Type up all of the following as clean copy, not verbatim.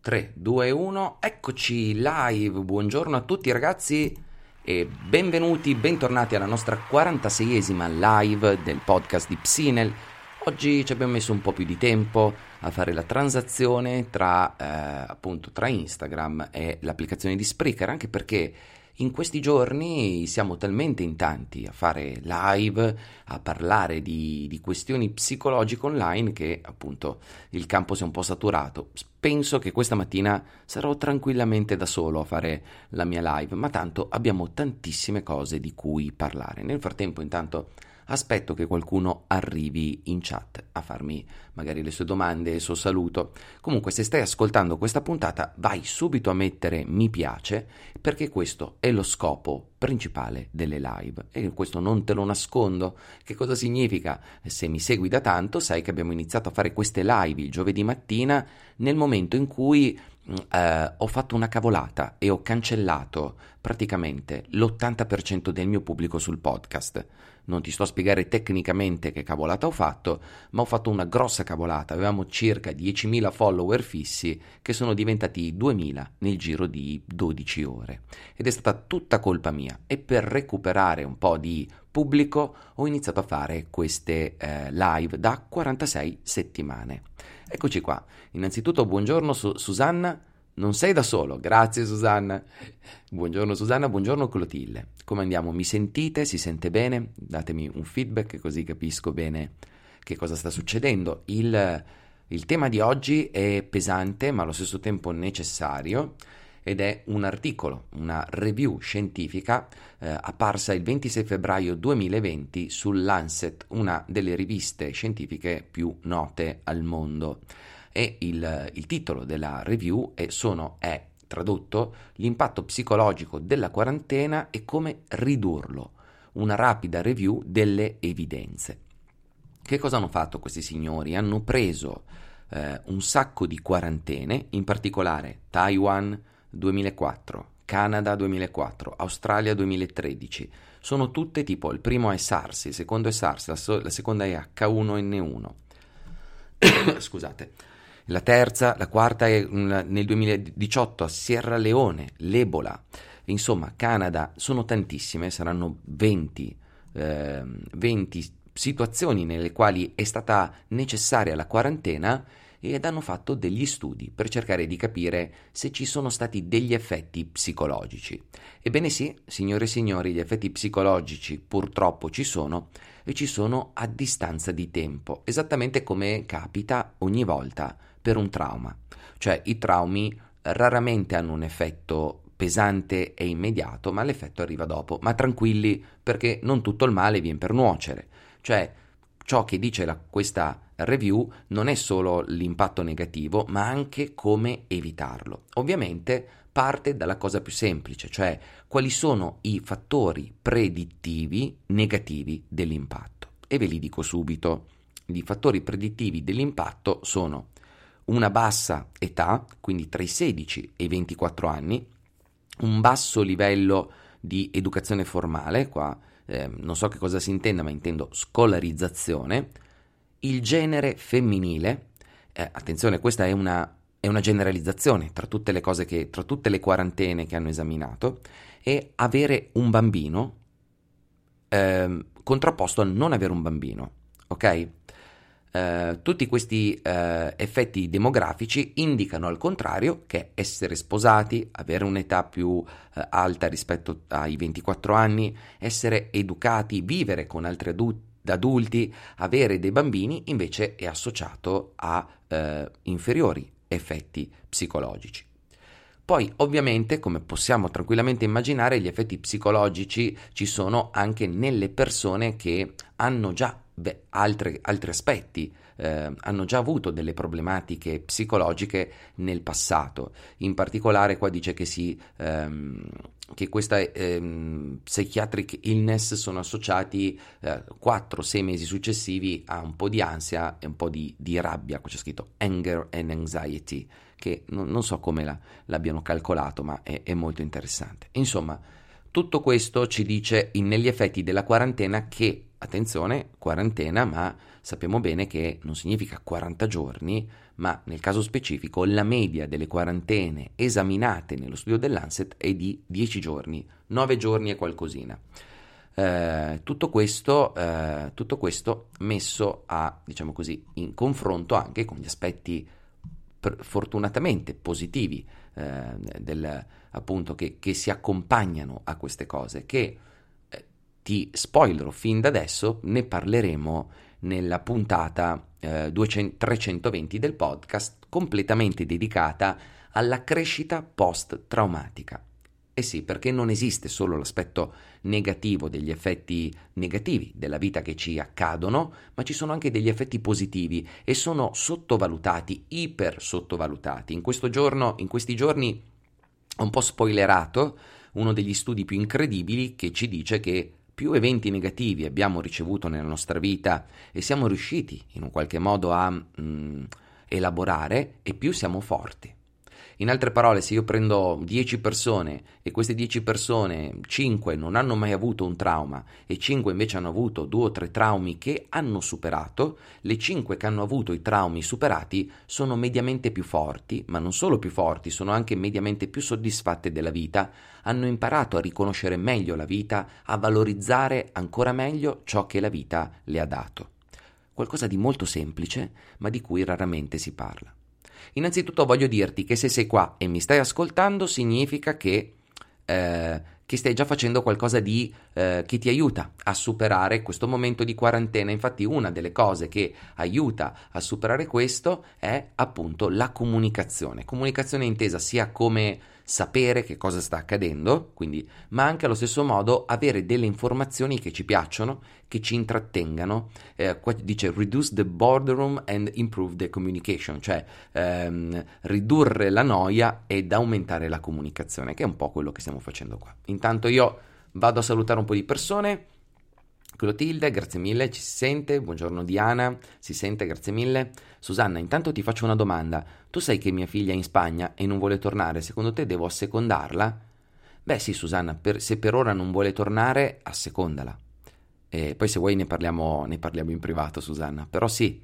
3, 2, 1, eccoci live, buongiorno a tutti ragazzi e bentornati alla nostra 46esima live del podcast di Psinel. Oggi ci abbiamo messo un po' più di tempo a fare la transazione tra Instagram e l'applicazione di Spreaker, anche perché in questi giorni siamo talmente in tanti a fare live, a parlare di questioni psicologiche online che appunto il campo si è un po' saturato. Penso che questa mattina sarò tranquillamente da solo a fare la mia live, ma tanto abbiamo tantissime cose di cui parlare. Nel frattempo intanto aspetto che qualcuno arrivi in chat a farmi magari le sue domande e il suo saluto. Comunque, se stai ascoltando questa puntata, vai subito a mettere mi piace, perché questo è lo scopo principale delle live e questo non te lo nascondo. Che cosa significa? Se mi segui da tanto, sai che abbiamo iniziato a fare queste live il giovedì mattina nel momento in cui ho fatto una cavolata e ho cancellato praticamente l'80% del mio pubblico sul podcast. Non ti sto a spiegare tecnicamente che cavolata ho fatto, ma ho fatto una grossa cavolata. Avevamo circa 10.000 follower fissi che sono diventati 2.000 nel giro di 12 ore. Ed è stata tutta colpa mia. E per recuperare un po' di pubblico ho iniziato a fare queste live da 46 settimane. Eccoci qua. Innanzitutto buongiorno Susanna. Non sei da solo, grazie Susanna. Buongiorno Susanna, buongiorno Clotilde. Come andiamo? Mi sentite? Si sente bene? Datemi un feedback così capisco bene che cosa sta succedendo. Il tema di oggi è pesante ma allo stesso tempo necessario ed è un articolo, una review scientifica apparsa il 26 febbraio 2020 sul Lancet, una delle riviste scientifiche più note al mondo. E il titolo della review è tradotto l'impatto psicologico della quarantena e come ridurlo, una rapida review delle evidenze. Che cosa hanno fatto questi signori? Hanno preso un sacco di quarantene, in particolare Taiwan 2004, Canada 2004, Australia 2013. Sono tutte tipo, il primo è SARS, il secondo è SARS, la seconda è H1N1. Scusate. La terza, la quarta è nel 2018 a Sierra Leone, l'Ebola. Insomma, Canada, sono tantissime, saranno 20 situazioni nelle quali è stata necessaria la quarantena ed hanno fatto degli studi per cercare di capire se ci sono stati degli effetti psicologici. Ebbene sì, signore e signori, gli effetti psicologici purtroppo ci sono e ci sono a distanza di tempo, esattamente come capita ogni volta per un trauma. Cioè i traumi raramente hanno un effetto pesante e immediato, ma l'effetto arriva dopo. Ma tranquilli, perché non tutto il male viene per nuocere. Cioè ciò che dice questa review non è solo l'impatto negativo, ma anche come evitarlo. Ovviamente parte dalla cosa più semplice, cioè quali sono i fattori predittivi negativi dell'impatto. E ve li dico subito. I fattori predittivi dell'impatto sono una bassa età, quindi tra i 16 e i 24 anni, un basso livello di educazione formale, qua non so che cosa si intenda, ma intendo scolarizzazione, il genere femminile, attenzione, questa è una generalizzazione tra tutte le quarantene che hanno esaminato, e avere un bambino contrapposto a non avere un bambino, ok? Tutti questi effetti demografici indicano al contrario che essere sposati, avere un'età più alta rispetto ai 24 anni, essere educati, vivere con altri adulti, avere dei bambini invece è associato a inferiori effetti psicologici. Poi ovviamente, come possiamo tranquillamente immaginare, gli effetti psicologici ci sono anche nelle persone che hanno già altri aspetti, hanno già avuto delle problematiche psicologiche nel passato. In particolare qua dice che questa psychiatric illness sono associati 4-6 mesi successivi a un po' di ansia e un po' di rabbia. Qua c'è scritto anger and anxiety, che non so come l'abbiano calcolato, ma è molto interessante. Insomma, tutto questo ci dice negli effetti della quarantena che attenzione, quarantena, ma sappiamo bene che non significa 40 giorni, ma nel caso specifico la media delle quarantene esaminate nello studio dell'Lancet è di 10 giorni, 9 giorni e qualcosina. Tutto questo messo diciamo così, in confronto anche con gli aspetti fortunatamente positivi appunto che si accompagnano a queste cose, che ti spoilerò fin da adesso, ne parleremo nella puntata 320 del podcast, completamente dedicata alla crescita post-traumatica. Eh sì, perché non esiste solo l'aspetto negativo degli effetti negativi della vita che ci accadono, ma ci sono anche degli effetti positivi e sono sottovalutati, iper sottovalutati. In questi giorni ho un po' spoilerato uno degli studi più incredibili che ci dice che più eventi negativi abbiamo ricevuto nella nostra vita e siamo riusciti in un qualche modo a elaborare, e più siamo forti. In altre parole, se io prendo 10 persone e queste 10 persone, 5 non hanno mai avuto un trauma e 5 invece hanno avuto 2 o 3 traumi che hanno superato, le 5 che hanno avuto i traumi superati sono mediamente più forti, ma non solo più forti, sono anche mediamente più soddisfatte della vita, hanno imparato a riconoscere meglio la vita, a valorizzare ancora meglio ciò che la vita le ha dato. Qualcosa di molto semplice, ma di cui raramente si parla. Innanzitutto voglio dirti che se sei qua e mi stai ascoltando significa che stai già facendo qualcosa che ti aiuta a superare questo momento di quarantena. Infatti una delle cose che aiuta a superare questo è appunto la comunicazione. Comunicazione intesa sia come sapere che cosa sta accadendo, quindi, ma anche allo stesso modo avere delle informazioni che ci piacciono, che ci intrattengano. Qua dice reduce the boredom and improve the communication, cioè ridurre la noia ed aumentare la comunicazione, che è un po' quello che stiamo facendo qua. Intanto io vado a salutare un po' di persone. Clotilde, grazie mille, ci si sente. Buongiorno Diana, si sente, grazie mille. Susanna, intanto ti faccio una domanda. Tu sai che mia figlia è in Spagna e non vuole tornare, secondo te devo assecondarla? Beh sì Susanna, se per ora non vuole tornare, assecondala. E poi se vuoi ne parliamo in privato Susanna, però sì,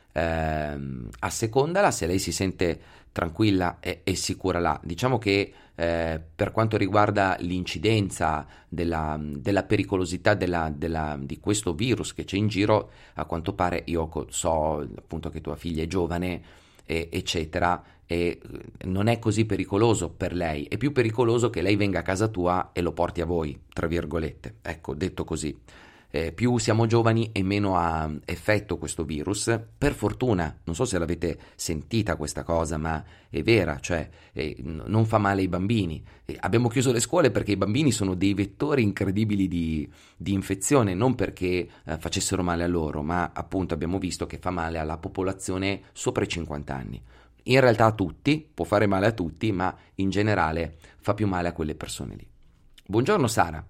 assecondala se lei si sente tranquilla e sicura là. Diciamo che per quanto riguarda l'incidenza della pericolosità di questo virus che c'è in giro, a quanto pare io so appunto che tua figlia è giovane eccetera, e non è così pericoloso per lei. È più pericoloso che lei venga a casa tua e lo porti a voi, tra virgolette, ecco, detto così. Più siamo giovani e meno ha effetto questo virus. Per fortuna, non so se l'avete sentita questa cosa, ma è vera, cioè non fa male ai bambini. Abbiamo chiuso le scuole perché i bambini sono dei vettori incredibili di infezione, non perché facessero male a loro, ma appunto abbiamo visto che fa male alla popolazione sopra i 50 anni. In realtà a tutti, può fare male a tutti, ma in generale fa più male a quelle persone lì. Buongiorno Sara,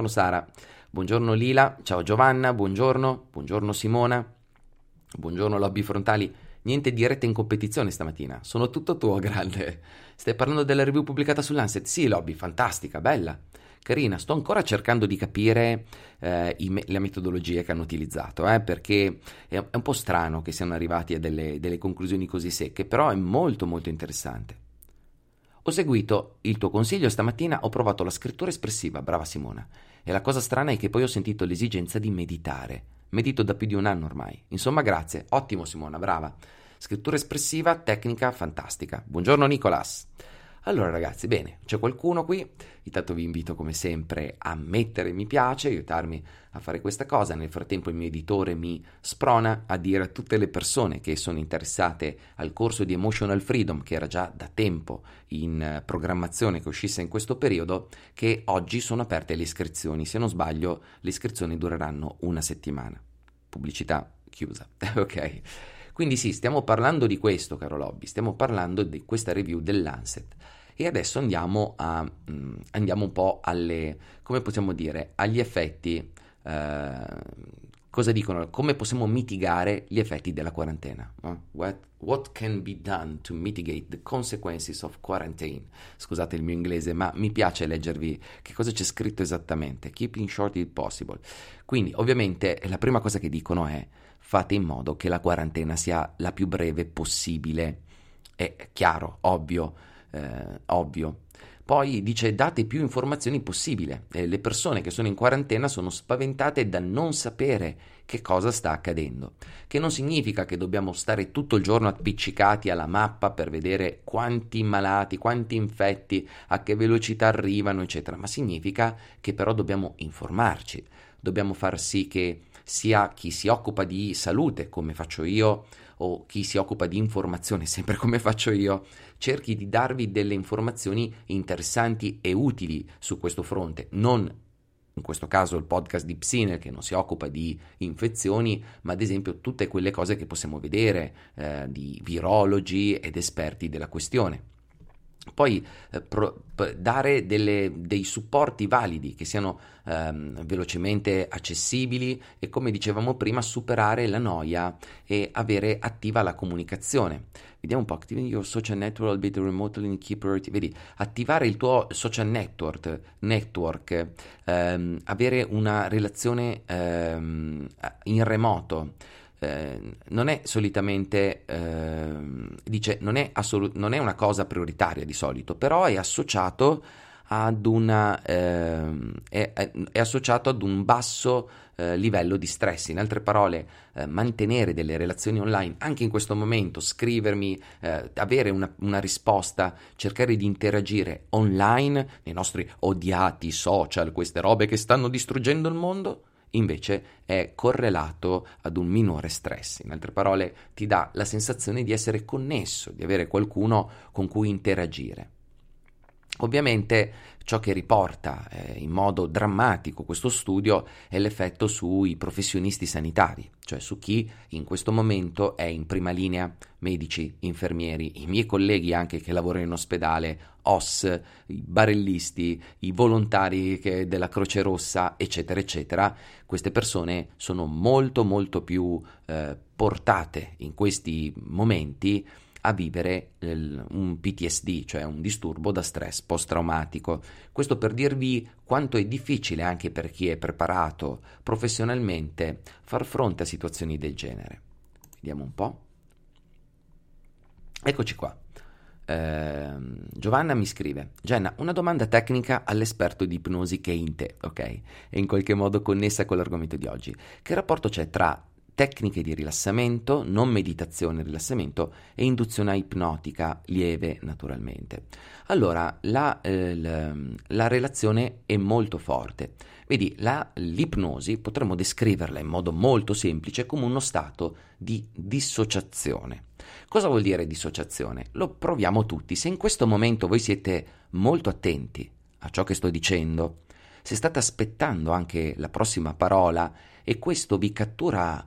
buongiorno Lila, ciao Giovanna, buongiorno Simona, buongiorno Lobby Frontali. Niente dirette in competizione stamattina, sono tutto tuo, grande. Stai parlando della review pubblicata sull'Lancet? Sì Lobby, fantastica, bella, carina. Sto ancora cercando di capire le metodologie che hanno utilizzato, perché è un po' strano che siano arrivati a delle conclusioni così secche, però è molto molto interessante. Ho seguito il tuo consiglio stamattina, ho provato la scrittura espressiva, brava Simona. E la cosa strana è che poi ho sentito l'esigenza di meditare. Medito da più di un anno ormai. Insomma, grazie. Ottimo Simona, brava. Scrittura espressiva, tecnica fantastica. Buongiorno Nicolas. Allora ragazzi, bene, c'è qualcuno qui, intanto vi invito come sempre a mettere mi piace, aiutarmi a fare questa cosa. Nel frattempo il mio editore mi sprona a dire a tutte le persone che sono interessate al corso di Emotional Freedom, che era già da tempo in programmazione che uscisse in questo periodo, che oggi sono aperte le iscrizioni. Se non sbaglio le iscrizioni dureranno una settimana. Pubblicità chiusa, ok. Quindi sì, stiamo parlando di questo, caro Lobby, stiamo parlando di questa review dell'Lancet. E adesso andiamo un po' alle, come possiamo dire, agli effetti Cosa dicono? Come possiamo mitigare gli effetti della quarantena? What can be done to mitigate the consequences of quarantine? Scusate il mio inglese, ma mi piace leggervi che cosa c'è scritto esattamente. Keeping short if possible. Quindi, ovviamente, la prima cosa che dicono è: fate in modo che la quarantena sia la più breve possibile. È chiaro, ovvio. Poi dice: date più informazioni possibile. Le persone che sono in quarantena sono spaventate da non sapere che cosa sta accadendo, che non significa che dobbiamo stare tutto il giorno appiccicati alla mappa per vedere quanti malati, quanti infetti, a che velocità arrivano, eccetera, ma significa che però dobbiamo informarci, dobbiamo far sì che sia chi si occupa di salute, come faccio io, o chi si occupa di informazione, sempre come faccio io, cerchi di darvi delle informazioni interessanti e utili su questo fronte, non in questo caso il podcast di Psinel che non si occupa di infezioni, ma ad esempio tutte quelle cose che possiamo vedere di virologi ed esperti della questione. Poi dare dei supporti validi che siano velocemente accessibili e, come dicevamo prima, superare la noia e avere attiva la comunicazione. Vediamo un po'. Activate your social network, be remotely in key priority. Vedi, attivare il tuo social network, avere una relazione in remoto. Non è solitamente, dice, non è una cosa prioritaria di solito, però è associato ad è associato ad un basso livello di stress. In altre parole, mantenere delle relazioni online, anche in questo momento, scrivermi, avere una risposta, cercare di interagire online nei nostri odiati social, queste robe che stanno distruggendo il mondo, invece è correlato ad un minore stress. In altre parole, ti dà la sensazione di essere connesso, di avere qualcuno con cui interagire. Ovviamente ciò che riporta in modo drammatico questo studio è l'effetto sui professionisti sanitari, cioè su chi in questo momento è in prima linea: medici, infermieri, i miei colleghi anche che lavorano in ospedale, OSS, i barellisti, i volontari della Croce Rossa, eccetera, eccetera. Queste persone sono molto molto più portate in questi momenti a vivere un PTSD, cioè un disturbo da stress post-traumatico. Questo per dirvi quanto è difficile, anche per chi è preparato professionalmente, far fronte a situazioni del genere. Vediamo un po'. Eccoci qua. Giovanna mi scrive: Jenna, una domanda tecnica all'esperto di ipnosi che è in te, ok? E in qualche modo connessa con l'argomento di oggi. Che rapporto c'è tra tecniche di rilassamento, non meditazione, rilassamento, e induzione ipnotica lieve, naturalmente? Allora, la relazione è molto forte. Vedi, l'ipnosi potremmo descriverla in modo molto semplice come uno stato di dissociazione. Cosa vuol dire dissociazione? Lo proviamo tutti. Se in questo momento voi siete molto attenti a ciò che sto dicendo, se state aspettando anche la prossima parola e questo vi cattura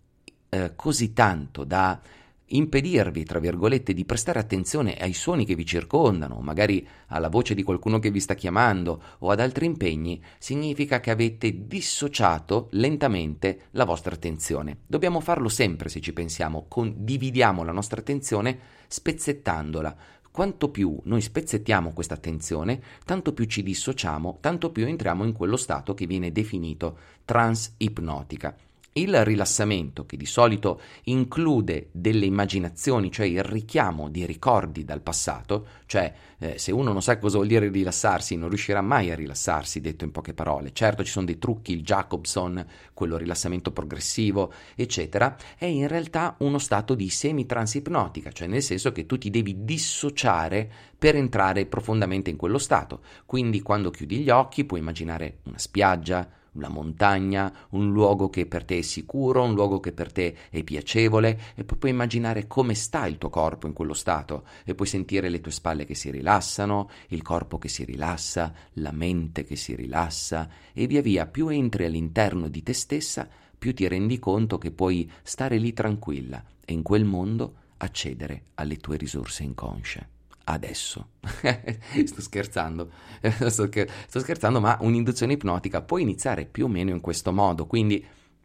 così tanto da impedirvi, tra virgolette, di prestare attenzione ai suoni che vi circondano, magari alla voce di qualcuno che vi sta chiamando o ad altri impegni, significa che avete dissociato lentamente la vostra attenzione. Dobbiamo farlo sempre, se ci pensiamo, dividiamo la nostra attenzione spezzettandola. Quanto più noi spezzettiamo questa attenzione, tanto più ci dissociamo, tanto più entriamo in quello stato che viene definito trance ipnotica. Il rilassamento, che di solito include delle immaginazioni, cioè il richiamo di ricordi dal passato, cioè se uno non sa cosa vuol dire rilassarsi, non riuscirà mai a rilassarsi, detto in poche parole. Certo, ci sono dei trucchi, il Jacobson, quello rilassamento progressivo, eccetera, è in realtà uno stato di semi-trance ipnotica, cioè nel senso che tu ti devi dissociare per entrare profondamente in quello stato. Quindi quando chiudi gli occhi puoi immaginare una spiaggia, una montagna, un luogo che per te è sicuro, un luogo che per te è piacevole, e poi puoi immaginare come sta il tuo corpo in quello stato e puoi sentire le tue spalle che si rilassano, il corpo che si rilassa, la mente che si rilassa, e via via più entri all'interno di te stessa, più ti rendi conto che puoi stare lì tranquilla e in quel mondo accedere alle tue risorse inconsce. Adesso sto scherzando, ma un'induzione ipnotica può iniziare più o meno in questo modo. Quindi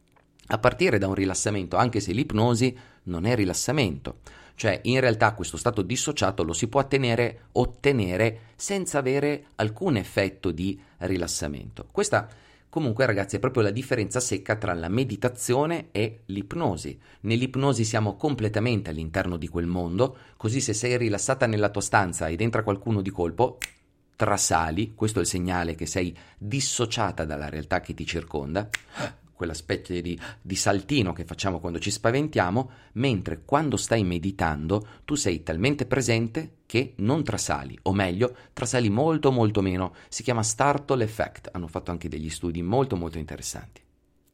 a partire da un rilassamento, anche se l'ipnosi non è rilassamento. Cioè, in realtà questo stato dissociato lo si può ottenere senza avere alcun effetto di rilassamento. Questa, comunque, ragazzi, è proprio la differenza secca tra la meditazione e l'ipnosi. Nell'ipnosi siamo completamente all'interno di quel mondo, così se sei rilassata nella tua stanza ed entra qualcuno di colpo, trasali, questo è il segnale che sei dissociata dalla realtà che ti circonda, quella specie di saltino che facciamo quando ci spaventiamo, mentre quando stai meditando tu sei talmente presente che non trasali, o meglio, trasali molto molto meno. Si chiama Startle Effect, hanno fatto anche degli studi molto molto interessanti.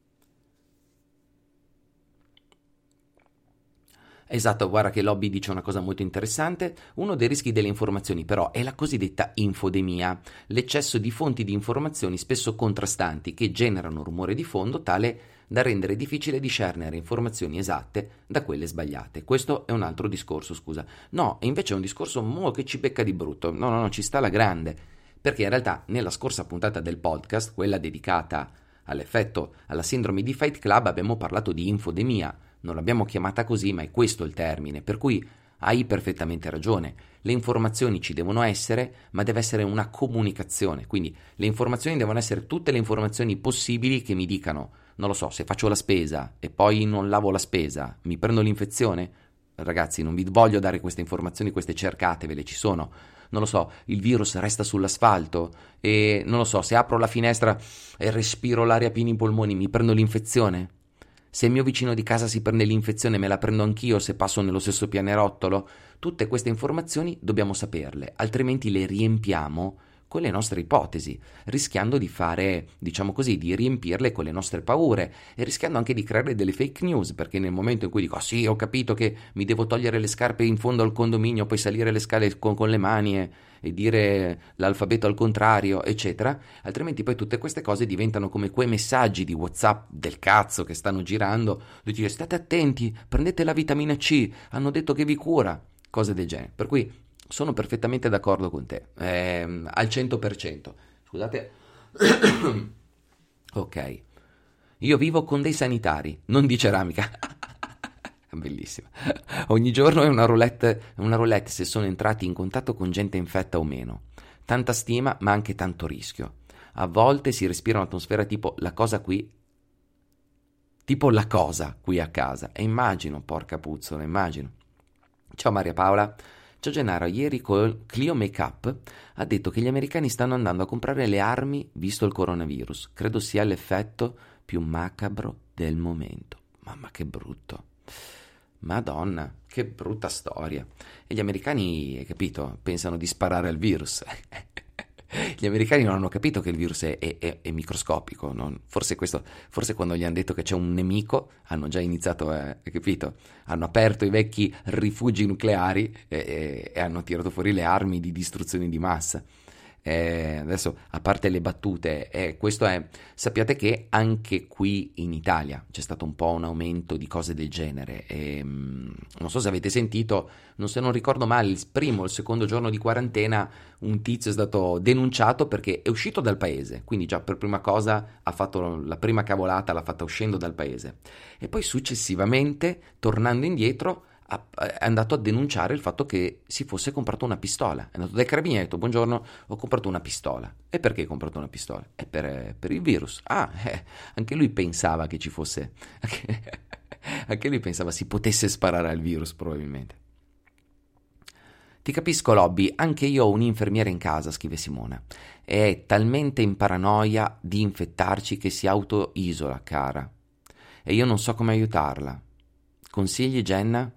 Esatto, guarda che Lobby dice una cosa molto interessante. Uno dei rischi delle informazioni però è la cosiddetta infodemia, l'eccesso di fonti di informazioni spesso contrastanti che generano rumore di fondo tale da rendere difficile discernere informazioni esatte da quelle sbagliate. Questo è un altro discorso, scusa. No, invece è un discorso che ci becca di brutto. No, ci sta alla grande. Perché in realtà nella scorsa puntata del podcast, quella dedicata all'effetto, alla sindrome di Fight Club, abbiamo parlato di infodemia. Non l'abbiamo chiamata così, ma è questo il termine, per cui hai perfettamente ragione. Le informazioni ci devono essere, ma deve essere una comunicazione. Quindi le informazioni devono essere tutte le informazioni possibili che mi dicano, non lo so, se faccio la spesa e poi non lavo la spesa, mi prendo l'infezione? Ragazzi, non vi voglio dare queste informazioni, queste cercatevele, ci sono. Non lo so, il virus resta sull'asfalto e non lo so, se apro la finestra e respiro l'aria piena in polmoni, mi prendo l'infezione? Se il mio vicino di casa si prende l'infezione, me la prendo anch'io se passo nello stesso pianerottolo? Tutte queste informazioni dobbiamo saperle, altrimenti le riempiamo con le nostre ipotesi, rischiando di fare, diciamo così, di riempirle con le nostre paure e rischiando anche di creare delle fake news, perché nel momento in cui dico, sì, ho capito che mi devo togliere le scarpe in fondo al condominio, poi salire le scale con le mani e dire l'alfabeto al contrario, eccetera, altrimenti poi tutte queste cose diventano come quei messaggi di WhatsApp del cazzo che stanno girando, di dire state attenti, prendete la vitamina C, hanno detto che vi cura, cose del genere. Per cui sono perfettamente d'accordo con te, al 100%. Scusate. Ok. Io vivo con dei sanitari, non di ceramica. Bellissima. Ogni giorno è una roulette se sono entrati in contatto con gente infetta o meno. Tanta stima, ma anche tanto rischio. A volte si respira un'atmosfera tipo la cosa qui a casa. E immagino, porca puzzola, immagino. Ciao Maria Paola. Ciao Gennaro, ieri Clio Makeup ha detto che gli americani stanno andando a comprare le armi visto il coronavirus. Credo sia l'effetto più macabro del momento. Mamma che brutto. Madonna, che brutta storia. E gli americani, hai capito, pensano di sparare al virus. Gli americani non hanno capito che il virus è microscopico. Forse quando gli hanno detto che c'è un nemico, hanno già iniziato, hai capito? Hanno aperto i vecchi rifugi nucleari e hanno tirato fuori le armi di distruzione di massa. Adesso, a parte le battute, sappiate che anche qui in Italia c'è stato un po' un aumento di cose del genere. Non so se avete sentito, se non ricordo male, il primo o il secondo giorno di quarantena un tizio è stato denunciato perché è uscito dal paese, quindi già per prima cosa ha fatto la prima cavolata, l'ha fatta uscendo dal paese, e poi successivamente, tornando indietro, è andato a denunciare il fatto che si fosse comprato una pistola. È andato dai carabinieri e ha detto: buongiorno, ho comprato una pistola. E perché hai comprato una pistola? È per il virus. Anche lui pensava che ci fosse anche lui pensava si potesse sparare al virus, probabilmente. Ti capisco, Lobby, anche io ho un'infermiera in casa, scrive Simona, e è talmente in paranoia di infettarci che si autoisola, cara, e io non so come aiutarla. Consigli, Jenna?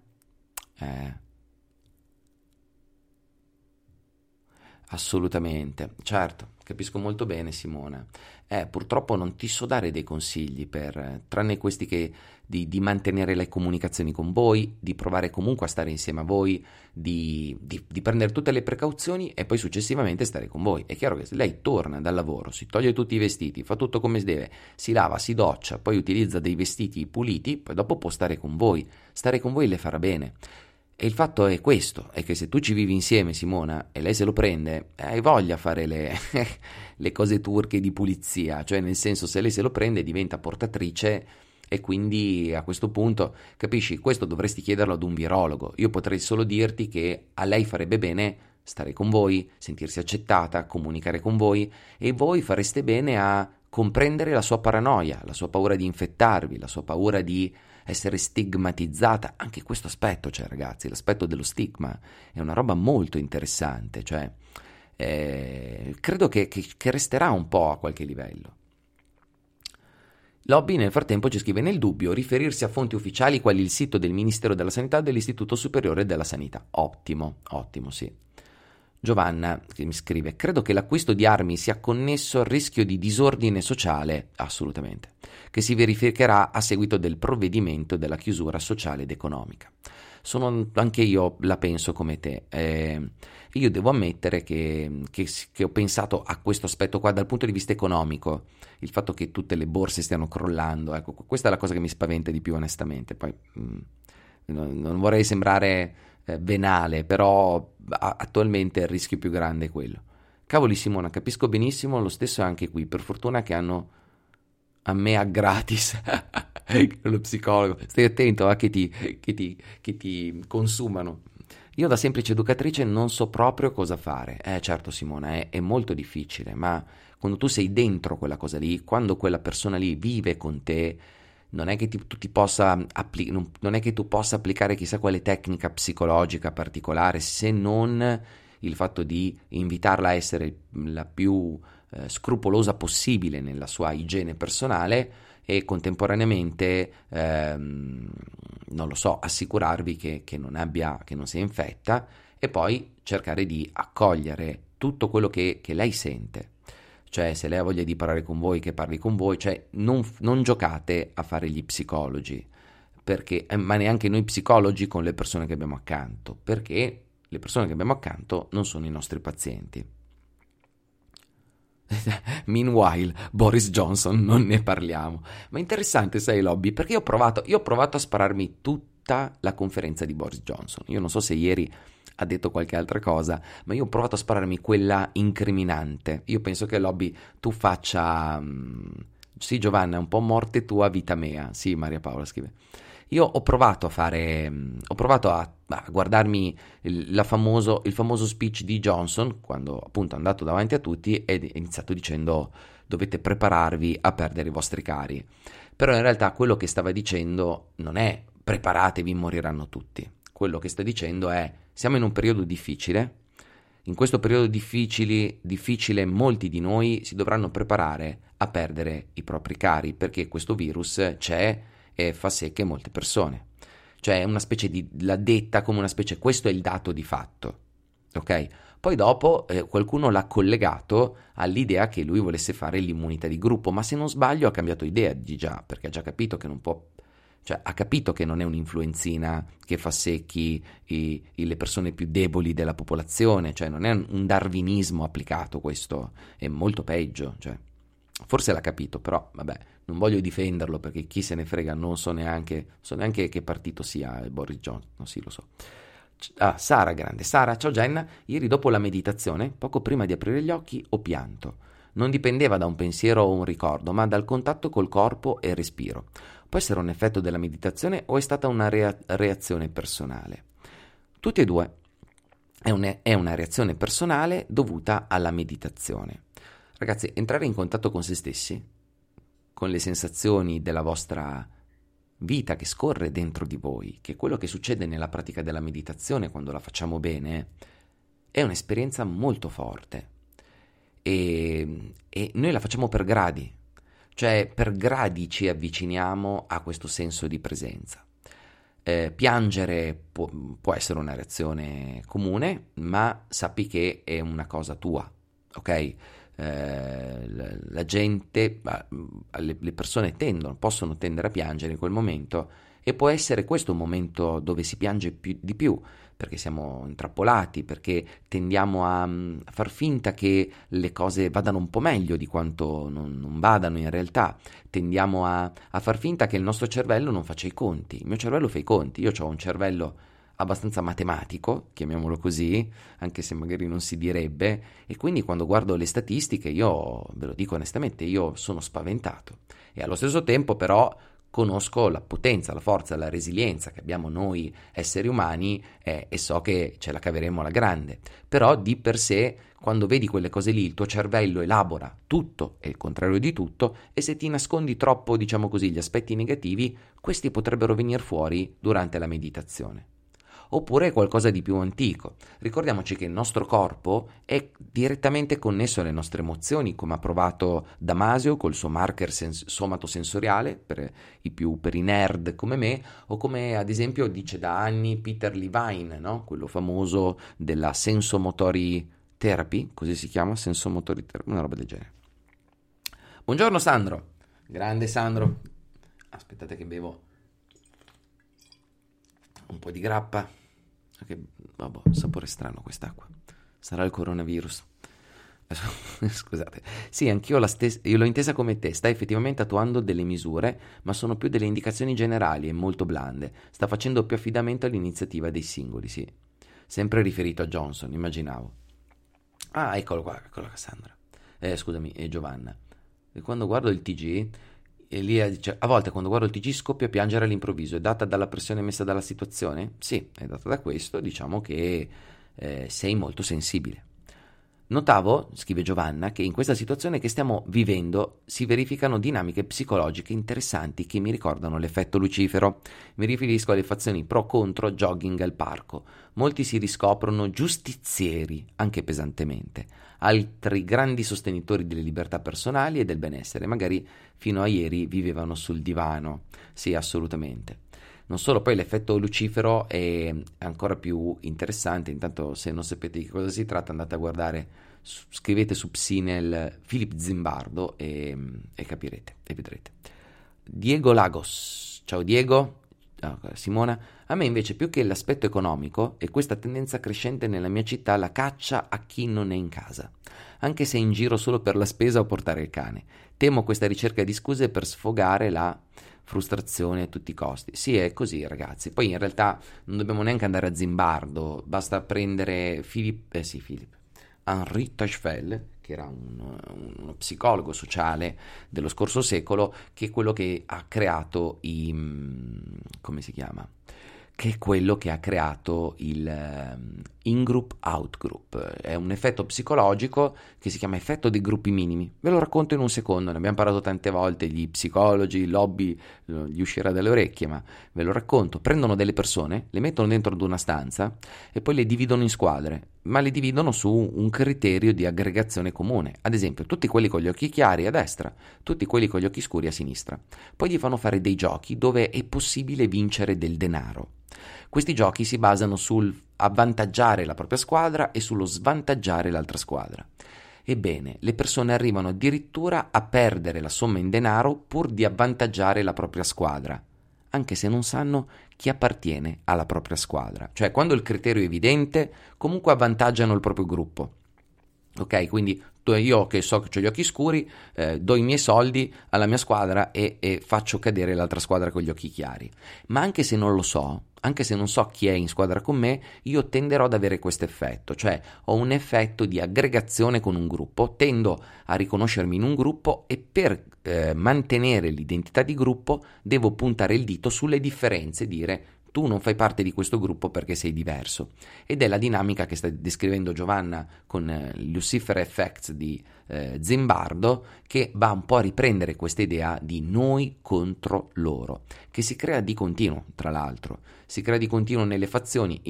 Assolutamente, certo, capisco molto bene, Simona. Purtroppo non ti so dare dei consigli tranne questi che di mantenere le comunicazioni con voi, di provare comunque a stare insieme a voi, di prendere tutte le precauzioni e poi successivamente stare con voi. È chiaro che se lei torna dal lavoro, si toglie tutti i vestiti, fa tutto come si deve, si lava, si doccia, poi utilizza dei vestiti puliti, poi dopo può stare con voi. Stare con voi le farà bene. E il fatto è questo, è che se tu ci vivi insieme, Simona, e lei se lo prende, hai voglia a fare le cose turche di pulizia, cioè nel senso, se lei se lo prende diventa portatrice E quindi a questo punto, capisci, questo dovresti chiederlo ad un virologo. Io potrei solo dirti che a lei farebbe bene stare con voi, sentirsi accettata, comunicare con voi, e voi fareste bene a comprendere la sua paranoia, la sua paura di infettarvi, la sua paura di essere stigmatizzata. Anche questo aspetto, cioè ragazzi, l'aspetto dello stigma è una roba molto interessante, cioè credo che resterà un po' a qualche livello. Lobby nel frattempo ci scrive: nel dubbio riferirsi a fonti ufficiali quali il sito del Ministero della Sanità o dell'Istituto Superiore della Sanità. Ottimo, sì. Giovanna che mi scrive: credo che l'acquisto di armi sia connesso al rischio di disordine sociale, assolutamente, che si verificherà a seguito del provvedimento della chiusura sociale ed economica. Anche io la penso come te. Io devo ammettere che ho pensato a questo aspetto qua dal punto di vista economico, il fatto che tutte le borse stiano crollando, ecco, questa è la cosa che mi spaventa di più onestamente. Poi non vorrei sembrare venale, però attualmente il rischio più grande è quello. Cavoli Simona, capisco benissimo, lo stesso anche qui, per fortuna che hanno a me a gratis lo psicologo, stai attento che ti consumano. Io da semplice educatrice non so proprio cosa fare. Certo Simona, è molto difficile, ma quando tu sei dentro quella cosa lì, quando quella persona lì vive con te, non è che non è che tu possa applicare chissà quale tecnica psicologica particolare, se non il fatto di invitarla a essere la più scrupolosa possibile nella sua igiene personale e contemporaneamente non lo so, assicurarvi che non si infetta, e poi cercare di accogliere tutto quello che lei sente. Cioè, se lei ha voglia di parlare con voi, che parli con voi, cioè non giocate a fare gli psicologi, perché, ma neanche noi psicologi con le persone che abbiamo accanto, perché le persone che abbiamo accanto non sono i nostri pazienti. Meanwhile, Boris Johnson, non ne parliamo. Ma interessante, sai, Lobby, perché io ho provato a spararmi tutta la conferenza di Boris Johnson. Io non so se ieri ha detto qualche altra cosa, ma io ho provato a spararmi quella incriminante. Io penso che, Lobby, tu faccia... Sì, Giovanna, è un po' morte tua, vita mea. Sì, Maria Paola scrive. Io ho provato a guardarmi il famoso speech di Johnson, quando appunto è andato davanti a tutti ed è iniziato dicendo: dovete prepararvi a perdere i vostri cari. Però in realtà quello che stava dicendo non è preparatevi, moriranno tutti. Quello che sta dicendo è: siamo in un periodo difficile, in questo periodo difficile molti di noi si dovranno preparare a perdere i propri cari, perché questo virus c'è e fa sì che molte persone, cioè è una specie di, l'ha detta come una specie, questo è il dato di fatto, ok? Poi dopo qualcuno l'ha collegato all'idea che lui volesse fare l'immunità di gruppo, ma se non sbaglio ha cambiato idea di già, perché ha già capito che non può, cioè ha capito che non è un'influenzina che fa secchi le persone più deboli della popolazione, cioè non è un darwinismo applicato, questo è molto peggio, cioè forse l'ha capito, però vabbè, non voglio difenderlo perché chi se ne frega, non so neanche che partito sia Boris Johnson, no, sì, lo so. Sara, grande Sara, ciao Jenna, ieri dopo la meditazione, poco prima di aprire gli occhi, ho pianto. Non dipendeva da un pensiero o un ricordo, ma dal contatto col corpo e il respiro. Può essere un effetto della meditazione o è stata una reazione personale? Tutti e due. È una reazione personale dovuta alla meditazione. Ragazzi, entrare in contatto con se stessi, con le sensazioni della vostra vita che scorre dentro di voi, che è quello che succede nella pratica della meditazione quando la facciamo bene, è un'esperienza molto forte. E noi la facciamo per gradi, cioè per gradi ci avviciniamo a questo senso di presenza. Piangere può essere una reazione comune, ma sappi che è una cosa tua, ok? La gente, le persone possono tendere a piangere in quel momento, e può essere questo un momento dove si piange di più, perché siamo intrappolati, perché tendiamo a far finta che le cose vadano un po' meglio di quanto non vadano in realtà, tendiamo a far finta che il nostro cervello non faccia i conti. Il mio cervello fa i conti, io ho un cervello abbastanza matematico, chiamiamolo così, anche se magari non si direbbe, e quindi quando guardo le statistiche io, ve lo dico onestamente, io sono spaventato. E allo stesso tempo però conosco la potenza, la forza, la resilienza che abbiamo noi esseri umani e so che ce la caveremo alla grande. Però di per sé, quando vedi quelle cose lì, il tuo cervello elabora tutto e il contrario di tutto, e se ti nascondi troppo, diciamo così, gli aspetti negativi, questi potrebbero venire fuori durante la meditazione. Oppure è qualcosa di più antico. Ricordiamoci che il nostro corpo è direttamente connesso alle nostre emozioni, come ha provato Damasio col suo marker somatosensoriale per i nerd come me, o come ad esempio dice da anni Peter Levine, no? Quello famoso della sensomotori therapy, così si chiama, sensomotori therapy, una roba del genere. Buongiorno Sandro, grande Sandro. Aspettate che bevo un po' di grappa. Che sapore strano quest'acqua. Sarà il coronavirus. Scusate. Sì, anch'io io l'ho intesa come te. Sta effettivamente attuando delle misure, ma sono più delle indicazioni generali e molto blande. Sta facendo più affidamento all'iniziativa dei singoli, sì. Sempre riferito a Johnson, immaginavo. Ah, eccolo qua, Cassandra. Scusami, Giovanna. E quando guardo il TG... Elia dice, a volte quando guardo il TG scoppio a piangere all'improvviso, è data dalla pressione messa dalla situazione? Sì, è data da questo, diciamo che sei molto sensibile. Notavo, scrive Giovanna, che in questa situazione che stiamo vivendo si verificano dinamiche psicologiche interessanti che mi ricordano l'effetto Lucifero. Mi riferisco alle fazioni pro-contro jogging al parco. Molti si riscoprono giustizieri, anche pesantemente. Altri grandi sostenitori delle libertà personali e del benessere. Magari fino a ieri vivevano sul divano. Sì, assolutamente. Non solo, poi l'effetto Lucifero è ancora più interessante. Intanto, se non sapete di cosa si tratta, andate a guardare, scrivete su Psinel Philip Zimbardo e capirete e vedrete. Diego Lagos, ciao Diego. Simona, a me invece più che l'aspetto economico è questa tendenza crescente nella mia città la caccia a chi non è in casa, anche se è in giro solo per la spesa o portare il cane. Temo questa ricerca di scuse per sfogare la frustrazione a tutti i costi. Sì, è così ragazzi. Poi in realtà non dobbiamo neanche andare a Zimbardo, basta prendere Henri Tajfel, che era uno psicologo sociale dello scorso secolo, che è quello che ha creato come si chiama? Che è quello che ha creato il in-group, out-group. È un effetto psicologico che si chiama effetto dei gruppi minimi. Ve lo racconto in un secondo, ne abbiamo parlato tante volte, gli psicologi, il lobby, gli uscirà dalle orecchie, ma ve lo racconto. Prendono delle persone, le mettono dentro ad una stanza e poi le dividono in squadre, ma le dividono su un criterio di aggregazione comune. Ad esempio, tutti quelli con gli occhi chiari a destra, tutti quelli con gli occhi scuri a sinistra. Poi gli fanno fare dei giochi dove è possibile vincere del denaro. Questi giochi si basano sul avvantaggiare la propria squadra e sullo svantaggiare l'altra squadra. Ebbene, le persone arrivano addirittura a perdere la somma in denaro pur di avvantaggiare la propria squadra, anche se non sanno chi appartiene alla propria squadra. Cioè, quando il criterio è evidente, comunque avvantaggiano il proprio gruppo. Ok, quindi io che so che ho gli occhi scuri, do i miei soldi alla mia squadra e faccio cadere l'altra squadra con gli occhi chiari. Ma anche se non lo so, anche se non so chi è in squadra con me, io tenderò ad avere questo effetto, cioè ho un effetto di aggregazione con un gruppo, tendo a riconoscermi in un gruppo e per mantenere l'identità di gruppo devo puntare il dito sulle differenze, dire tu non fai parte di questo gruppo perché sei diverso. Ed è la dinamica che sta descrivendo Giovanna con Lucifer Effects di Zimbardo, che va un po' a riprendere questa idea di noi contro loro, che si crea di continuo, tra l'altro. Si crea di continuo nelle fazioni.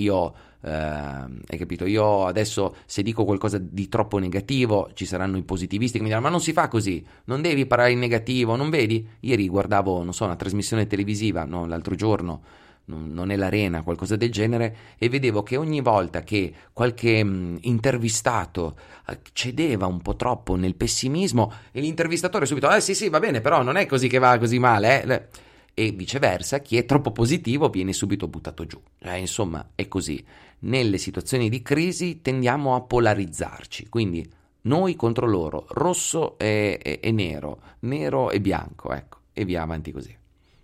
Hai capito? Io adesso se dico qualcosa di troppo negativo ci saranno i positivisti che mi diranno ma non si fa così, non devi parlare in negativo, non vedi? Ieri guardavo, non so, una trasmissione televisiva, no, l'altro giorno, non è l'Arena, qualcosa del genere, e vedevo che ogni volta che qualche intervistato cedeva un po' troppo nel pessimismo e l'intervistatore subito sì va bene, però non è così che va così male, e viceversa, chi è troppo positivo viene subito buttato giù. Insomma, è così. Nelle situazioni di crisi tendiamo a polarizzarci, quindi noi contro loro, rosso e nero, nero e bianco, ecco, e via avanti così.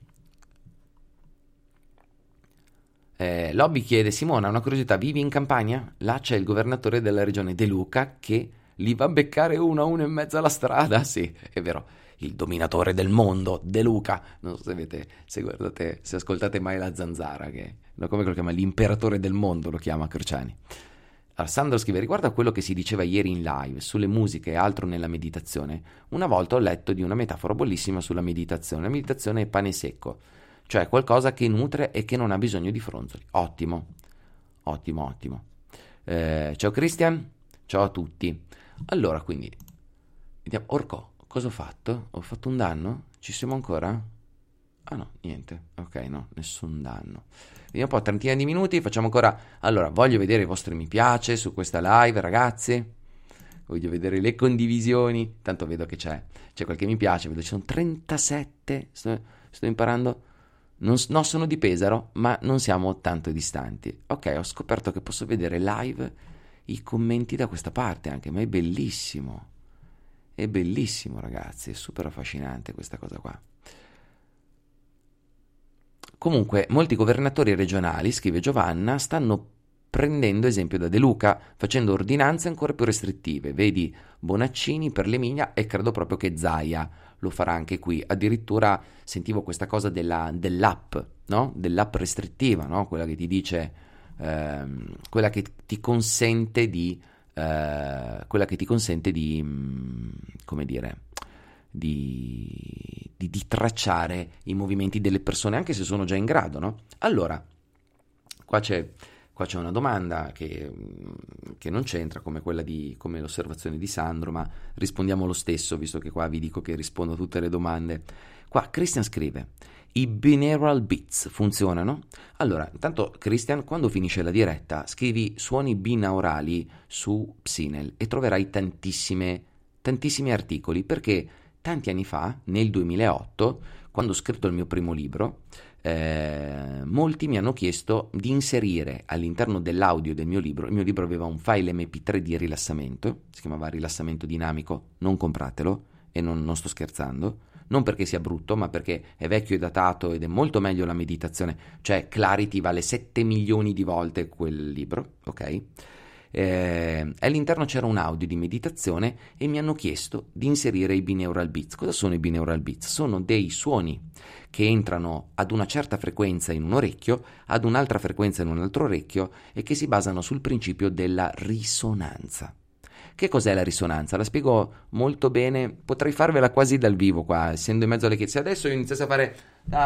Lobby chiede: Simona, una curiosità, vivi in Campania? Là c'è il governatore della regione De Luca che li va a beccare uno a uno in mezzo alla strada. Sì, è vero. il dominatore del mondo, De Luca. Non so se ascoltate mai la Zanzara, che come lo chiama, l'imperatore del mondo lo chiama Cruciani. Allora, Sandro scrive: riguardo a quello che si diceva ieri in live sulle musiche e altro nella meditazione, una volta ho letto di una metafora bellissima sulla meditazione. La meditazione è pane secco, cioè qualcosa che nutre e che non ha bisogno di fronzoli. Ottimo. Ciao Christian, ciao a tutti. Allora, quindi vediamo. Orco, cosa ho fatto? Ho fatto un danno? Ci siamo ancora? Ah no, niente. Ok, no, nessun danno. Vediamo un po', trentina di minuti, facciamo ancora. Allora, voglio vedere i vostri mi piace su questa live, ragazzi. Voglio vedere le condivisioni. Tanto vedo che c'è qualche mi piace, vedo ci sono 37. Sto imparando. No, sono di Pesaro, ma non siamo tanto distanti. Ok, ho scoperto che posso vedere live i commenti da questa parte anche, ma è bellissimo. È bellissimo, ragazzi, è super affascinante questa cosa qua. Comunque, molti governatori regionali, scrive Giovanna, stanno prendendo esempio da De Luca, facendo ordinanze ancora più restrittive. Vedi Bonaccini per l'Emilia e credo proprio che Zaia lo farà anche qui. Addirittura sentivo questa cosa dell'app, no? Dell'app restrittiva, no? Quella che ti dice, quella che ti consente di, come dire, di tracciare i movimenti delle persone, anche se sono già in grado, no? Allora, qua c'è una domanda che non c'entra come come l'osservazione di Sandro, ma rispondiamo lo stesso, visto che qua vi dico che rispondo a tutte le domande. Qua Christian scrive: i binaural beats funzionano? Allora, intanto Christian, quando finisce la diretta, scrivi suoni binaurali su Psinel e troverai tantissimi articoli, perché tanti anni fa, nel 2008, quando ho scritto il mio primo libro, molti mi hanno chiesto di inserire all'interno dell'audio del mio libro. Il mio libro aveva un file MP3 di rilassamento, si chiamava rilassamento dinamico, non compratelo, e non sto scherzando, non perché sia brutto, ma perché è vecchio e datato ed è molto meglio la meditazione, cioè Clarity vale 7 milioni di volte quel libro, ok? All'interno c'era un audio di meditazione e mi hanno chiesto di inserire i binaural beats. Cosa sono i binaural beats? Sono dei suoni che entrano ad una certa frequenza in un orecchio, ad un'altra frequenza in un altro orecchio, e che si basano sul principio della risonanza. Che cos'è la risonanza? La spiego molto bene, potrei farvela quasi dal vivo qua, essendo in mezzo alle chiese. Se adesso io iniziassi a fare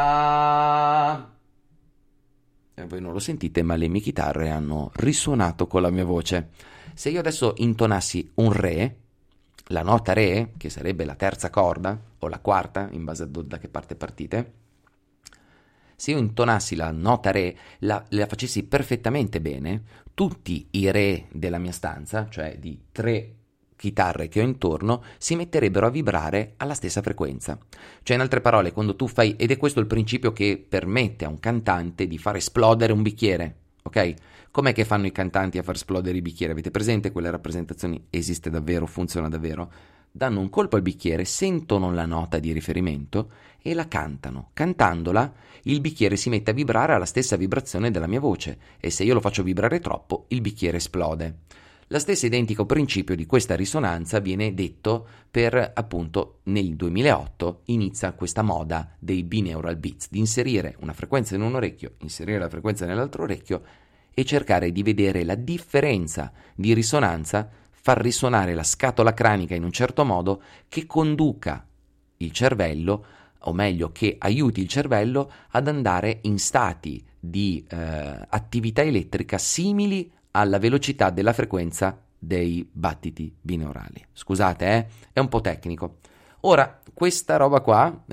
voi non lo sentite, ma le mie chitarre hanno risuonato con la mia voce. Se io adesso intonassi un re, la nota re, che sarebbe la terza corda, o la quarta, in base a da che parte partite, se io intonassi la nota re, la facessi perfettamente bene, tutti i re della mia stanza, cioè di 3 chitarre che ho intorno, si metterebbero a vibrare alla stessa frequenza. Cioè, in altre parole, quando tu fai, ed è questo il principio che permette a un cantante di far esplodere un bicchiere, ok? Com'è che fanno i cantanti a far esplodere i bicchieri? Avete presente quelle rappresentazioni? Esiste davvero, funziona davvero? Danno un colpo al bicchiere, sentono la nota di riferimento e la cantano. Cantandola, il bicchiere si mette a vibrare alla stessa vibrazione della mia voce, e se io lo faccio vibrare troppo, il bicchiere esplode. La stessa identico principio di questa risonanza viene detto per, appunto, nel 2008 inizia questa moda dei binaural beats, di inserire una frequenza in un orecchio, inserire la frequenza nell'altro orecchio e cercare di vedere la differenza di risonanza, far risuonare la scatola cranica in un certo modo che conduca il cervello, o meglio che aiuti il cervello ad andare in stati di attività elettrica simili alla velocità della frequenza dei battiti binaurali. Scusate, è un po' tecnico. Ora, questa roba qua,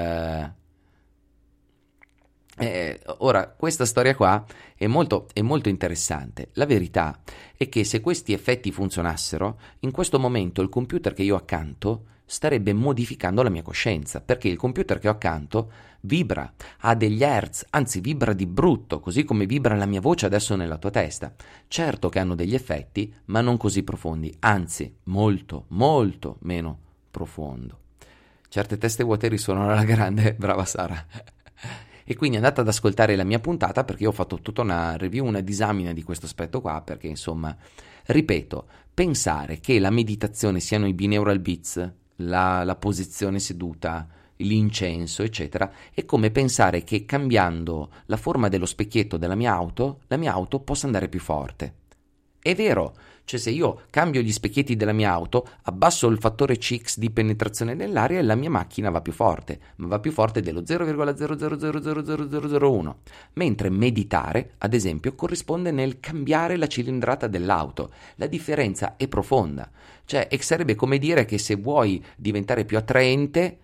questa storia qua è molto interessante. La verità è che se questi effetti funzionassero, in questo momento il computer che io ho accanto starebbe modificando la mia coscienza, perché il computer che ho accanto vibra, ha degli hertz, anzi vibra di brutto, così come vibra la mia voce adesso nella tua testa. Certo che hanno degli effetti, ma non così profondi, anzi molto, molto meno profondo. Certe teste vuote risuonano alla grande, brava Sara. E quindi andate ad ascoltare la mia puntata, perché io ho fatto tutta una review, una disamina di questo aspetto qua, perché insomma, ripeto, pensare che la meditazione siano i binaural beats, la posizione seduta, l'incenso, eccetera, è come pensare che cambiando la forma dello specchietto della mia auto possa andare più forte. È vero, cioè se io cambio gli specchietti della mia auto, abbasso il fattore CX di penetrazione nell'aria e la mia macchina va più forte, ma va più forte dello 0,00000001, mentre meditare, ad esempio, corrisponde nel cambiare la cilindrata dell'auto. La differenza è profonda, cioè sarebbe come dire che se vuoi diventare più attraente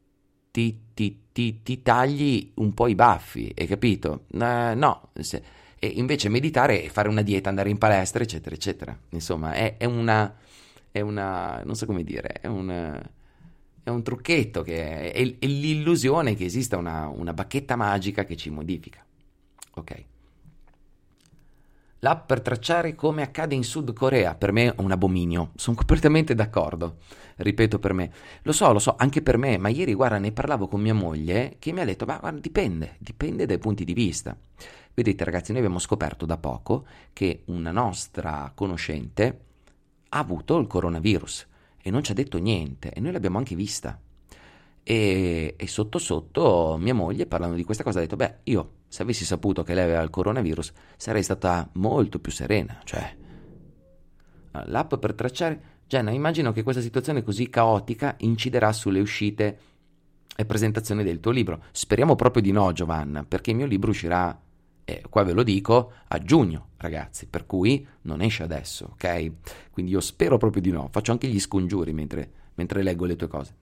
ti tagli un po' i baffi, hai capito? No, e invece meditare è fare una dieta, andare in palestra, eccetera, eccetera. Insomma, è una, non so come dire, è un trucchetto, è l'illusione che esista una bacchetta magica che ci modifica. Ok. L'app per tracciare come accade in Sud Corea, per me è un abominio, sono completamente d'accordo, ripeto per me. Lo so, anche per me, ma ieri, guarda, ne parlavo con mia moglie che mi ha detto, ma guarda, dipende dai punti di vista. Vedete ragazzi, noi abbiamo scoperto da poco che una nostra conoscente ha avuto il coronavirus e non ci ha detto niente e noi l'abbiamo anche vista. E sotto sotto mia moglie, parlando di questa cosa, ha detto, beh, io se avessi saputo che lei aveva il coronavirus sarei stata molto più serena. Cioè, l'app per tracciare, Jenna, immagino che questa situazione così caotica inciderà sulle uscite e presentazioni del tuo libro. Speriamo proprio di no, Giovanna, perché il mio libro uscirà, qua ve lo dico, a giugno, ragazzi, per cui non esce adesso, ok? Quindi io spero proprio di no, faccio anche gli scongiuri mentre leggo le tue cose.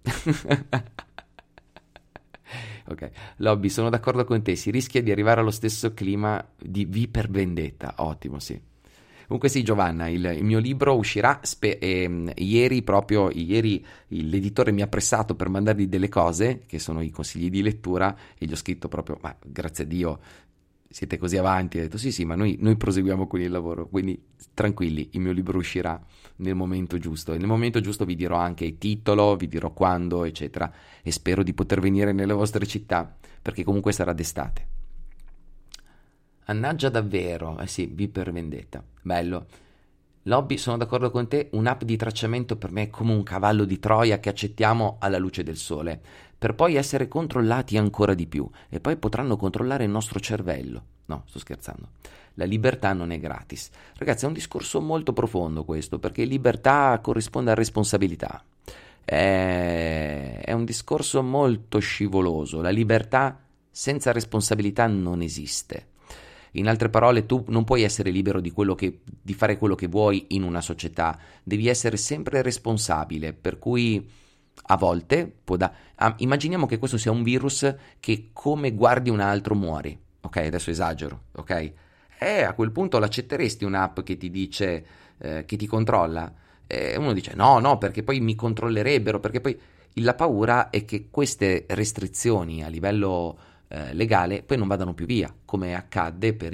Ok, Lobby, sono d'accordo con te, si rischia di arrivare allo stesso clima di V per Vendetta, ottimo, sì. Comunque sì, Giovanna, il mio libro uscirà, ieri l'editore mi ha pressato per mandargli delle cose, che sono i consigli di lettura, e gli ho scritto proprio, ma grazie a Dio, siete così avanti, ho detto sì, ma noi proseguiamo con il lavoro, quindi tranquilli, il mio libro uscirà nel momento giusto, e nel momento giusto vi dirò anche il titolo, vi dirò quando, eccetera, e spero di poter venire nelle vostre città, perché comunque sarà d'estate. Annaggia davvero, sì, V per Vendetta, bello. Lobby, sono d'accordo con te, un'app di tracciamento per me è come un cavallo di Troia che accettiamo alla luce del sole, per poi essere controllati ancora di più, e poi potranno controllare il nostro cervello. No, sto scherzando. La libertà non è gratis. Ragazzi, è un discorso molto profondo questo, perché libertà corrisponde a responsabilità. È un discorso molto scivoloso. La libertà senza responsabilità non esiste. In altre parole, tu non puoi essere libero di fare quello che vuoi in una società, devi essere sempre responsabile, per cui a volte immaginiamo che questo sia un virus che come guardi un altro muori, ok? Adesso esagero, ok? A quel punto l'accetteresti un'app che ti dice, che ti controlla? Uno dice no, perché poi mi controllerebbero, perché poi la paura è che queste restrizioni a livello legale poi non vadano più via, come accadde per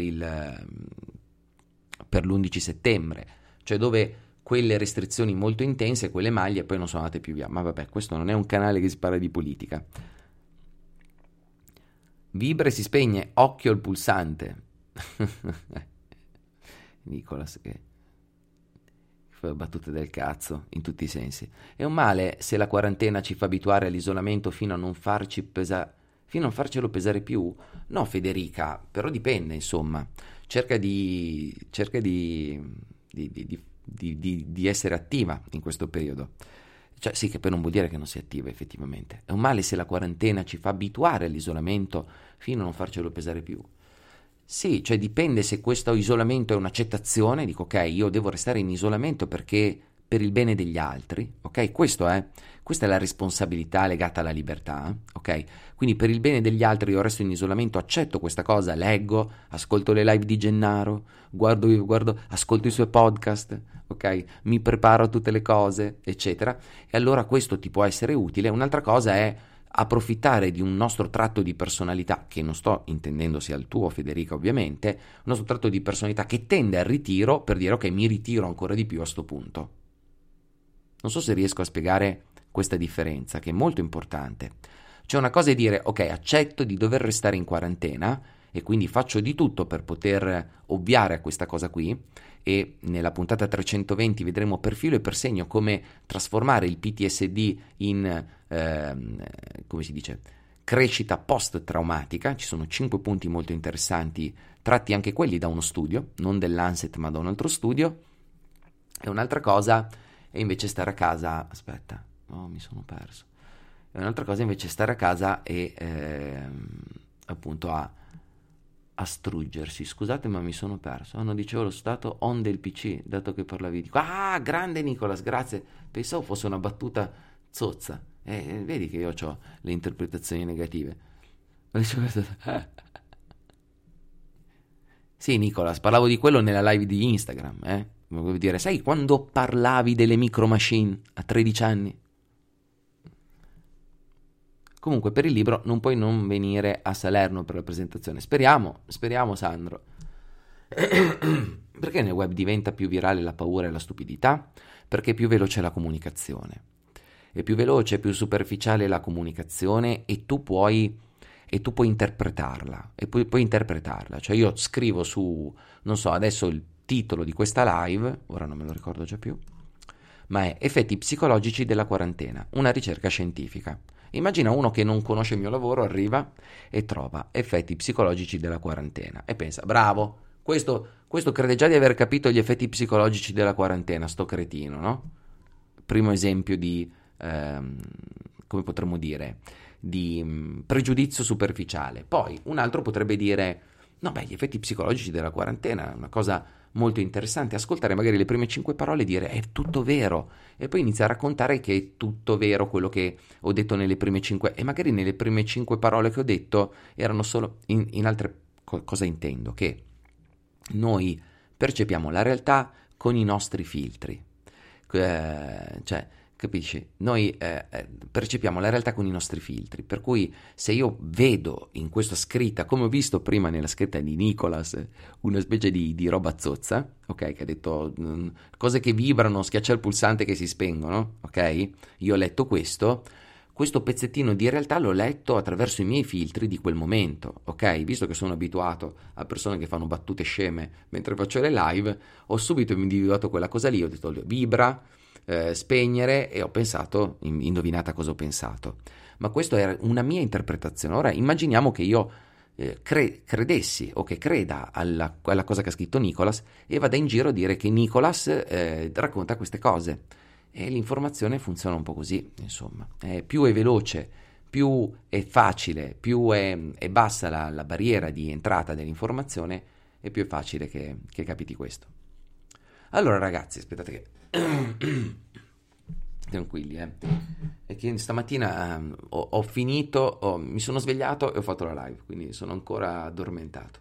l'11 settembre, cioè dove quelle restrizioni molto intense, quelle maglie poi non sono andate più via. Ma vabbè, questo non è un canale che si parla di politica. Vibra e si spegne, occhio al pulsante. Nicolas che fa battute del cazzo in tutti i sensi. È un male se la quarantena ci fa abituare all'isolamento fino a non farcelo pesare più? No, Federica, però dipende, insomma. Cerca di essere attiva in questo periodo. Cioè, sì, che poi non vuol dire che non sia attiva effettivamente. È un male se la quarantena ci fa abituare all'isolamento fino a non farcelo pesare più. Sì, cioè dipende se questo isolamento è un'accettazione, dico ok, io devo restare in isolamento perché per il bene degli altri, ok? Questa è la responsabilità legata alla libertà, ok? Quindi per il bene degli altri io resto in isolamento, accetto questa cosa, leggo, ascolto le live di Gennaro, ascolto i suoi podcast, ok? Mi preparo a tutte le cose, eccetera, e allora questo ti può essere utile. Un'altra cosa è approfittare di un nostro tratto di personalità, che non sto intendendo sia il tuo, Federica, ovviamente, un nostro tratto di personalità che tende al ritiro per dire ok, mi ritiro ancora di più a sto punto. Non so se riesco a spiegare questa differenza, che è molto importante. Cioè una cosa è dire ok, accetto di dover restare in quarantena, e quindi faccio di tutto per poter ovviare a questa cosa qui, e nella puntata 320 vedremo per filo e per segno come trasformare il PTSD in, come si dice, crescita post-traumatica. Ci sono 5 punti molto interessanti, tratti anche quelli da uno studio, non dell'Lancet ma da un altro studio. E un'altra cosa è invece stare a casa, mi sono perso. E un'altra cosa invece è stare a casa e appunto a struggersi. Scusate, ma mi sono perso. No, dicevo lo stato on del PC, dato che parlavi di... Ah, grande Nicolas, grazie. Pensavo fosse una battuta zozza. Vedi che io ho le interpretazioni negative. Sì, Nicolas, parlavo di quello nella live di Instagram, Volevo dire, sai quando parlavi delle micro machine a 13 anni? Comunque per il libro non puoi non venire a Salerno per la presentazione. Speriamo Sandro. Perché nel web diventa più virale la paura e la stupidità? Perché è più veloce la comunicazione. È più veloce, più superficiale la comunicazione e tu puoi interpretarla. Puoi interpretarla. Cioè io scrivo su, non so, adesso il titolo di questa live, ora non me lo ricordo già più, ma è Effetti psicologici della quarantena, una ricerca scientifica. Immagina uno che non conosce il mio lavoro, arriva e trova effetti psicologici della quarantena e pensa, bravo, questo crede già di aver capito gli effetti psicologici della quarantena, sto cretino, no? Primo esempio di, come potremmo dire, di pregiudizio superficiale. Poi un altro potrebbe dire, no beh, gli effetti psicologici della quarantena è una cosa molto interessante, ascoltare magari le prime 5 parole e dire è tutto vero, e poi inizia a raccontare che è tutto vero quello che ho detto nelle prime 5, e magari nelle prime 5 parole che ho detto erano solo in altre cosa intendo? Che noi percepiamo la realtà con i nostri filtri, cioè capisci? Noi percepiamo la realtà con i nostri filtri, per cui se io vedo in questa scritta, come ho visto prima nella scritta di Nicolas, una specie di roba zozza, ok? Che ha detto cose che vibrano, schiaccia il pulsante che si spengono, ok? Io ho letto questo pezzettino di realtà l'ho letto attraverso i miei filtri di quel momento, ok? Visto che sono abituato a persone che fanno battute sceme mentre faccio le live, ho subito individuato quella cosa lì, ho detto vibra, spegnere, e ho pensato, indovinata cosa ho pensato, ma questa era una mia interpretazione. Ora immaginiamo che io credessi o che creda alla cosa che ha scritto Nicolas e vada in giro a dire che Nicolas racconta queste cose, e l'informazione funziona un po' così, insomma, più è veloce, più è facile, più è bassa la barriera di entrata dell'informazione, e più è facile che capiti questo. Allora ragazzi, aspettate che tranquilli, è che stamattina ho finito, mi sono svegliato e ho fatto la live, quindi sono ancora addormentato.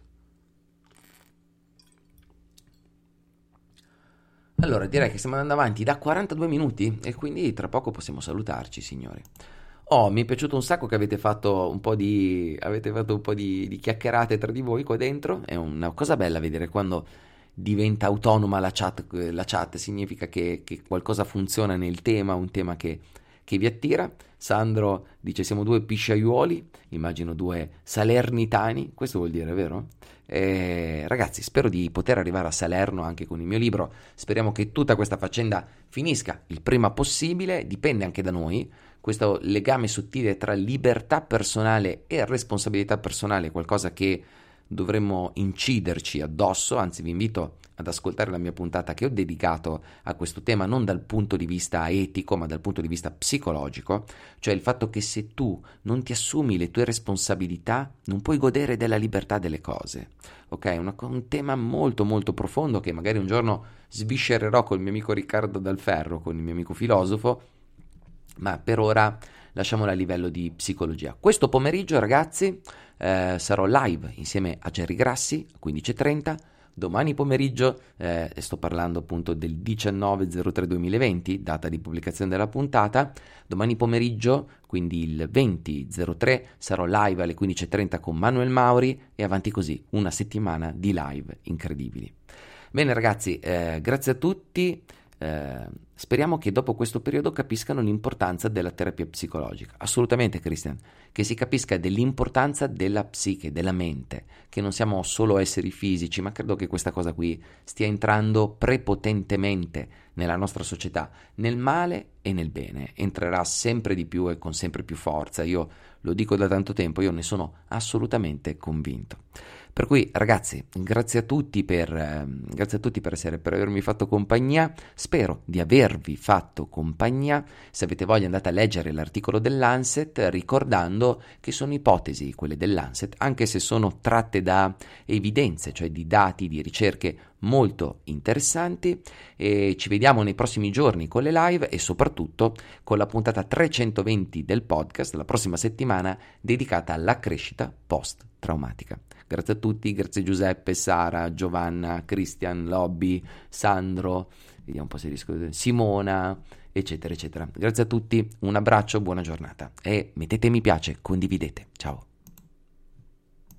Allora direi che stiamo andando avanti da 42 minuti e quindi tra poco possiamo salutarci, signori. Mi è piaciuto un sacco che avete fatto un po' di chiacchierate tra di voi qua dentro. È una cosa bella vedere quando diventa autonoma la chat significa che qualcosa funziona nel tema, un tema che vi attira. Sandro dice siamo 2 pisciaiuoli, immagino 2 salernitani, questo vuol dire, vero? Ragazzi, spero di poter arrivare a Salerno anche con il mio libro, speriamo che tutta questa faccenda finisca il prima possibile, dipende anche da noi. Questo legame sottile tra libertà personale e responsabilità personale è qualcosa che dovremmo inciderci addosso, anzi vi invito ad ascoltare la mia puntata che ho dedicato a questo tema non dal punto di vista etico ma dal punto di vista psicologico, cioè il fatto che se tu non ti assumi le tue responsabilità non puoi godere della libertà delle cose, ok? Un tema molto molto profondo che magari un giorno sviscererò col mio amico Riccardo Dalferro, con il mio amico filosofo, ma per ora lasciamolo a livello di psicologia. Questo pomeriggio ragazzi sarò live insieme a Jerry Grassi a 15:30. Domani pomeriggio, sto parlando appunto del 19/03/2020, data di pubblicazione della puntata, domani pomeriggio, quindi il 20/03, sarò live alle 15:30 con Manuel Mauri e avanti così, una settimana di live incredibili. Bene ragazzi, grazie a tutti, speriamo che dopo questo periodo capiscano l'importanza della terapia psicologica. Assolutamente, Christian, che si capisca dell'importanza della psiche, della mente, che non siamo solo esseri fisici, ma credo che questa cosa qui stia entrando prepotentemente nella nostra società, nel male e nel bene. Entrerà sempre di più e con sempre più forza. Io lo dico da tanto tempo, io ne sono assolutamente convinto. Per cui, ragazzi, grazie a tutti per avermi fatto compagnia. Spero di avervi fatto compagnia. Se avete voglia andate a leggere l'articolo dell'Lancet, ricordando che sono ipotesi quelle dell'Lancet, anche se sono tratte da evidenze, cioè di dati, di ricerche molto interessanti. E ci vediamo nei prossimi giorni con le live e soprattutto con la puntata 320 del podcast, la prossima settimana, dedicata alla crescita post-traumatica. Grazie a tutti, grazie Giuseppe, Sara, Giovanna, Christian, Lobby, Sandro, vediamo un po' se riesco, Simona, eccetera, eccetera. Grazie a tutti, un abbraccio, buona giornata e mettete mi piace, condividete. Ciao.